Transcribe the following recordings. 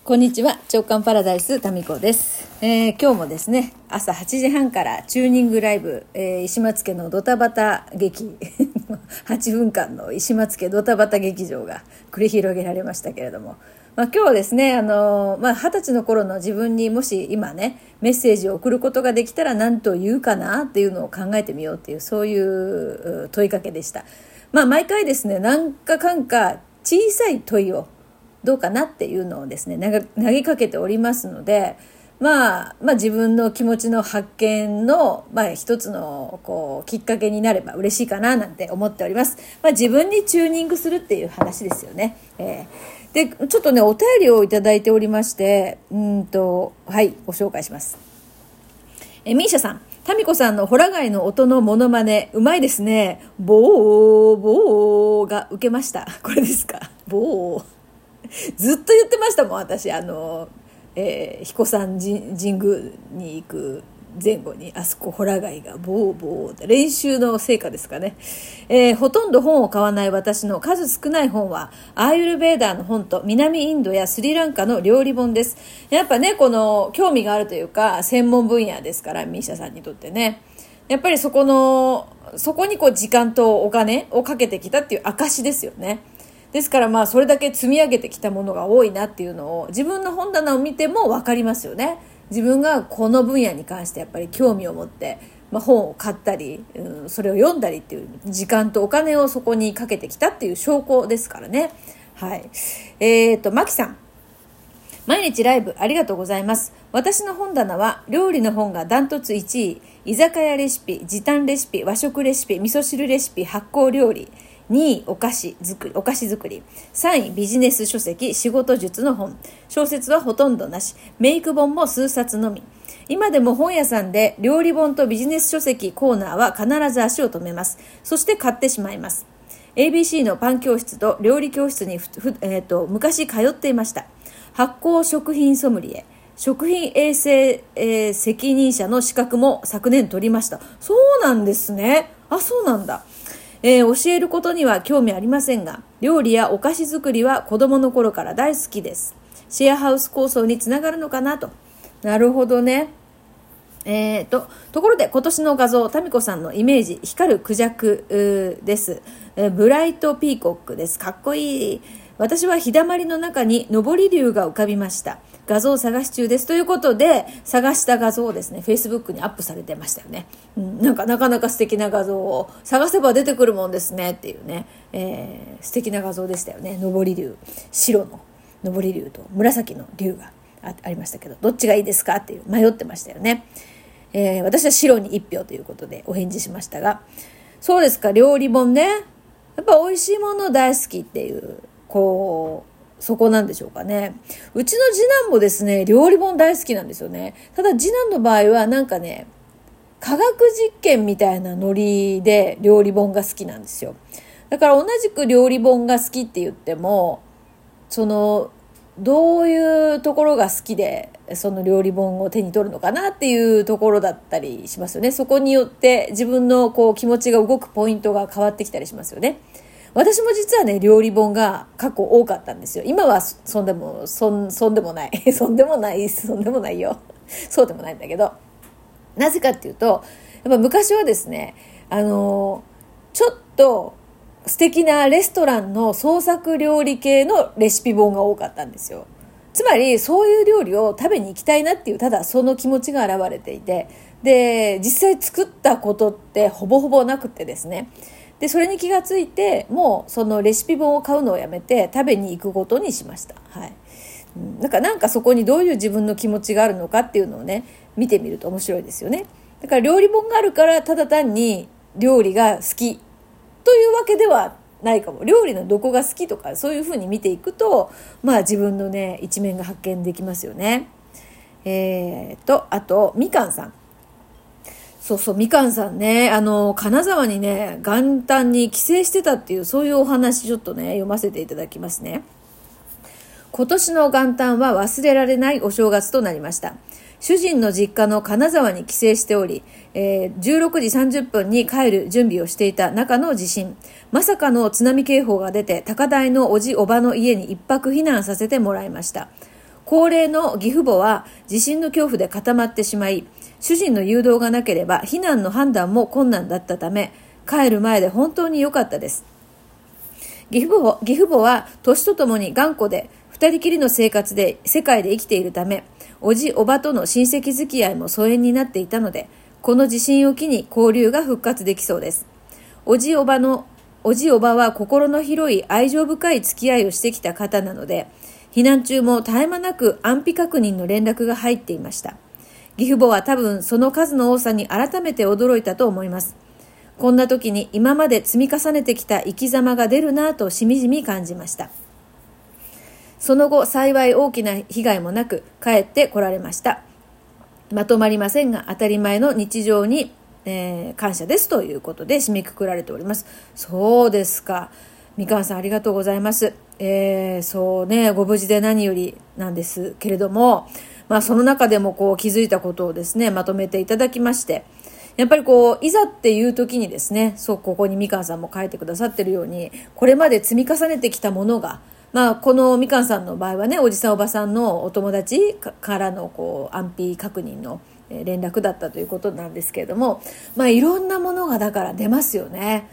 こんにちは、直感パラダイスタミコです。今日もですね、朝8時半からチューニングライブ、石松家のドタバタ劇8分間の石松家ドタバタ劇場が繰り広げられましたけれども、今日はですね、20歳の頃の自分にもし今ねメッセージを送ることができたら何と言うかなっていうのを考えてみようっていう、そういう問いかけでした。毎回ですね、なんかかんか小さい問いをどうかなっていうのをですね投げかけておりますので、自分の気持ちの発見の、一つのきっかけになれば嬉しいかななんて思っております。自分にチューニングするっていう話ですよね。でちょっとねお便りをいただいておりまして、はい、ご紹介します。ミーシャさん、タミコさんのホラ貝の音のモノマネうまいですね。ボーボーが受けました。これですか？ボーずっと言ってましたもん、私。彦山神宮に行く前後にあそこホラ貝がボーボー、練習の成果ですかね。ほとんど本を買わない私の数少ない本はアーユルベーダーの本と南インドやスリランカの料理本です。やっぱね、この興味があるというか専門分野ですから、ミーシャさんにとってね、やっぱりそこに時間とお金をかけてきたっていう証ですよね。ですからそれだけ積み上げてきたものが多いなっていうのを自分の本棚を見ても分かりますよね。自分がこの分野に関してやっぱり興味を持って、本を買ったり、それを読んだりっていう時間とお金をそこにかけてきたっていう証拠ですからね。はい。マキさん、毎日ライブありがとうございます。私の本棚は料理の本がダントツ1位、居酒屋レシピ、時短レシピ、和食レシピ、味噌汁レシピ、発酵料理、2位お菓子作り、3位ビジネス書籍、仕事術の本、小説はほとんどなし、メイク本も数冊のみ。今でも本屋さんで料理本とビジネス書籍コーナーは必ず足を止めます。そして買ってしまいます。ABC のパン教室と料理教室に昔通っていました。発酵食品ソムリエ、食品衛生、責任者の資格も昨年取りました。そうなんですね。そうなんだ。教えることには興味ありませんが、料理やお菓子作りは子供の頃から大好きです。シェアハウス構想につながるのかなと。なるほどね。ところで今年の画像、タミコさんのイメージ、光るクジャクです。ブライトピーコックです。かっこいい。私は日だまりの中に上り竜が浮かびました。画像探し中です。ということで、探した画像をですね、Facebook にアップされてましたよね。なかなか素敵な画像を探せば出てくるもんですねっていうね、素敵な画像でしたよね。上り竜、白の上り竜と紫の竜がありましたけど、どっちがいいですかっていう迷ってましたよね。私は白に1票ということでお返事しましたが、そうですか、料理本ね。やっぱ美味しいもの大好きっていう、そこなんでしょうかね。うちの次男もですね、料理本大好きなんですよね。ただ次男の場合はなんかね、科学実験みたいなノリで料理本が好きなんですよ。だから同じく料理本が好きって言っても、どういうところが好きでその料理本を手に取るのかなっていうところだったりしますよね。そこによって自分の気持ちが動くポイントが変わってきたりしますよね。私も実はね、料理本が過去多かったんですよ。今はそんでもないそんでもないよそうでもないんだけど、なぜかっていうと、やっぱ昔はですね、ちょっと素敵なレストランの創作料理系のレシピ本が多かったんですよ。つまりそういう料理を食べに行きたいなっていう、ただその気持ちが現れていて、で実際作ったことってほぼほぼなくてですね、でそれに気がついて、もうそのレシピ本を買うのをやめて食べに行くことにしました。はい。なんかそこにどういう自分の気持ちがあるのかっていうのをね、見てみると面白いですよね。だから料理本があるからただ単に料理が好きというわけではないかも。料理のどこが好きとかそういうふうに見ていくと、自分のね一面が発見できますよね。あとみかんさん、みかんさんね、金沢にね元旦に帰省してたっていう、そういうお話ちょっとね読ませていただきますね。今年の元旦は忘れられないお正月となりました。主人の実家の金沢に帰省しており、16時30分に帰る準備をしていた中の地震、まさかの津波警報が出て、高台のおじおばの家に一泊避難させてもらいました。 高齢の義父母は地震の恐怖で固まってしまい、主人の誘導がなければ避難の判断も困難だったため、帰る前で本当に良かったです。義父母は年とともに頑固で二人きりの生活で世界で生きているため、おじおばとの親戚付き合いも疎遠になっていたので、この地震を機に交流が復活できそうです。おじおばは心の広い愛情深い付き合いをしてきた方なので、避難中も絶え間なく安否確認の連絡が入っていました。義父母は多分その数の多さに改めて驚いたと思います。こんな時に今まで積み重ねてきた生き様が出るなぁとしみじみ感じました。その後、幸い大きな被害もなく帰ってこられました。まとまりませんが当たり前の日常に、感謝ですということで締めくくられております。そうですか。みかんさんありがとうございます。そうね、ご無事で何よりなんですけれども、その中でも気づいたことをですね、まとめていただきまして、やっぱりいざっていう時にですね、ここにみかんさんも書いてくださってるように、これまで積み重ねてきたものが、このみかんさんの場合はね、おじさんおばさんのお友達からの安否確認の連絡だったということなんですけれども、いろんなものがだから出ますよね。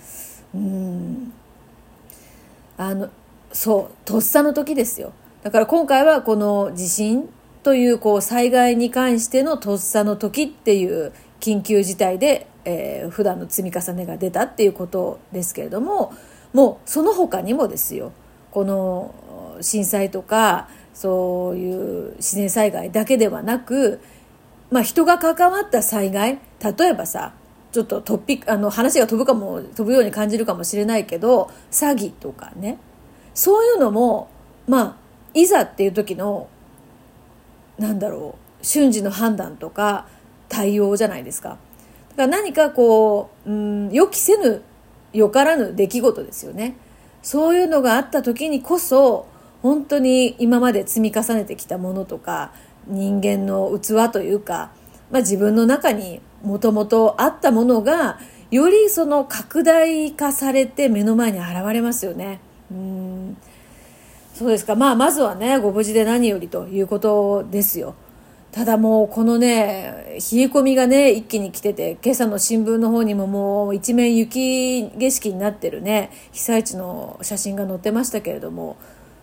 とっさの時ですよ。だから今回はこの地震という災害に関してのとっさの時っていう緊急事態で、普段の積み重ねが出たっていうことですけれども、もうその他にもですよ、この震災とかそういう自然災害だけではなく、人が関わった災害、例えばさ、ちょっと話が飛ぶように感じるかもしれないけど、詐欺とかね、そういうのもいざっていう時の瞬時の判断とか対応じゃないですか。だから何か予期せぬよからぬ出来事ですよね。そういうのがあった時にこそ本当に今まで積み重ねてきたものとか人間の器というか、自分の中にもともとあったものがよりその拡大化されて目の前に現れますよね。そうですか。まずはね、ご無事で何よりということですよ。ただもうこのね、冷え込みがね一気に来てて、今朝の新聞の方にももう一面雪景色になってるね、被災地の写真が載ってましたけれども、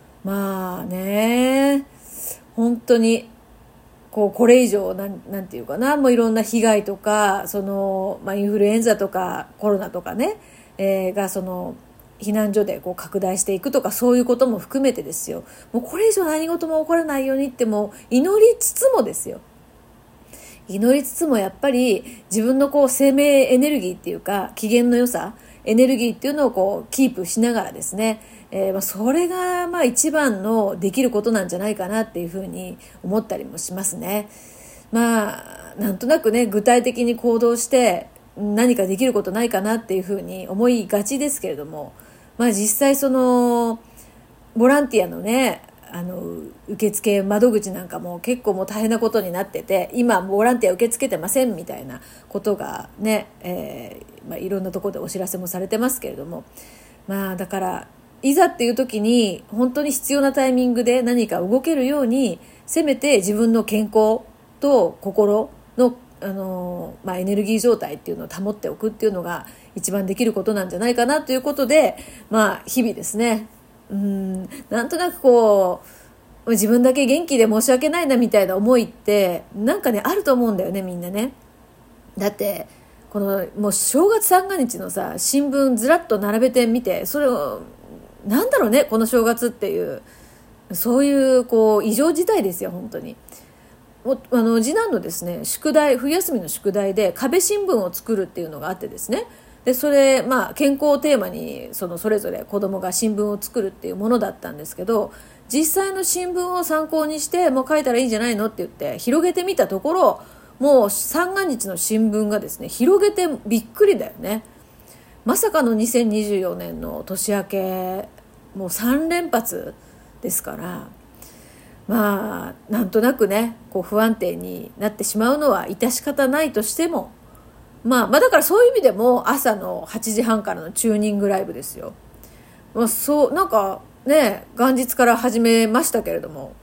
本当にこれ以上なんていうかな、もういろんな被害とか、インフルエンザとかコロナとかね、が避難所で拡大していくとか、そういうことも含めてですよ。もうこれ以上何事も起こらないようにっても祈りつつもですよ。祈りつつもやっぱり自分の生命エネルギーっていうか機嫌の良さ、エネルギーっていうのをキープしながらですね、それが一番のできることなんじゃないかなっていうふうに思ったりもしますね。なんとなくね、具体的に行動して何かできることないかなっていうふうに思いがちですけれども、実際ボランティアのね、受付窓口なんかも結構もう大変なことになってて、今ボランティア受け付けてませんみたいなことがね、いろんなところでお知らせもされてますけれども、だからいざっていう時に本当に必要なタイミングで何か動けるように、せめて自分の健康と心のエネルギー状態っていうのを保っておくっていうのが一番できることなんじゃないかなということで、日々ですね、なんとなく自分だけ元気で申し訳ないなみたいな思いってあると思うんだよね、みんなね。だってもう正月三が日のさ、新聞ずらっと並べてみて、それをこの正月っていうそういう異常事態ですよ、本当に。次男のですね、冬休みの宿題で壁新聞を作るっていうのがあってですね、でそれ健康をテーマにそれぞれ子供が新聞を作るっていうものだったんですけど、実際の新聞を参考にしてもう書いたらいいんじゃないのって言って広げてみたところ、もう三が日の新聞がですね、広げてびっくりだよね。まさかの2024年の年明け、もう3連発ですから、なんとなくね不安定になってしまうのは致し方ないとしても、だからそういう意味でも朝の8時半からのチューニングライブですよ。そう元日から始めましたけれども、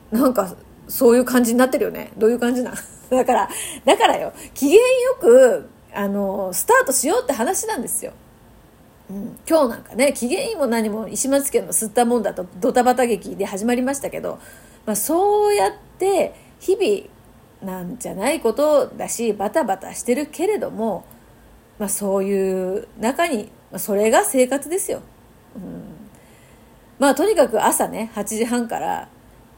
なんかそういう感じになってるよね。どういう感じなんだからよ、機嫌よくスタートしようって話なんですよ。今日なんかね、機嫌いいも何も石松家の吸ったもんだとドタバタ劇で始まりましたけど、そうやって日々なんじゃないことだし、バタバタしてるけれども、そういう中に、それが生活ですよ。とにかく朝ね8時半から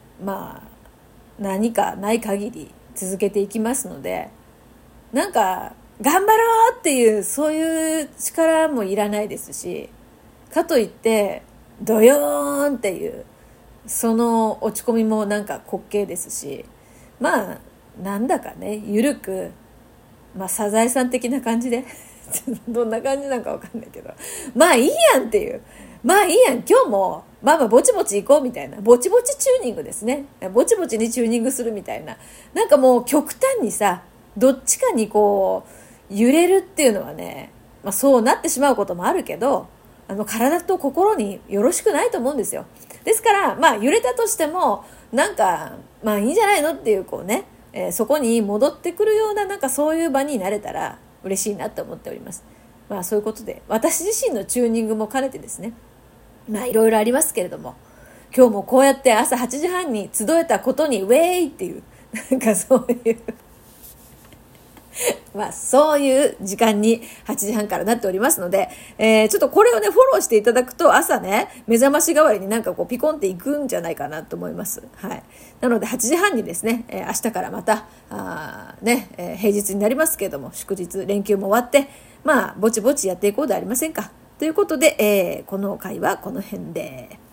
何かない限り続けていきますので、なんか頑張ろうっていうそういう力もいらないですし、かといってドヨーンっていうその落ち込みもなんか滑稽ですし、なんだかねゆるく、サザエさん的な感じでどんな感じなんかわかんないけど、いいやんっていう、いいやん、今日もぼちぼち行こうみたいな、ぼちぼちチューニングですね。ぼちぼちにチューニングするみたいな、なんかもう極端にさ、どっちかにこう揺れるっていうのはね、そうなってしまうこともあるけど、体と心によろしくないと思うんですよ。ですから揺れたとしてもなんかいいんじゃないのっていうこうね、そこに戻ってくるような、なんかそういう場になれたら嬉しいなと思っております。そういうことで私自身のチューニングも兼ねてですね、いろいろありますけれども、今日もこうやって朝8時半に集えたことにウェイっていう、なんかそういうそういう時間に8時半からなっておりますので、ちょっとこれをねフォローしていただくと、朝ね目覚まし代わりになんかこうピコンっていくんじゃないかなと思います。はい。なので8時半にですね、明日からまた平日になりますけれども、祝日連休も終わって、ぼちぼちやっていこうではありませんか。ということで、この回はこの辺で。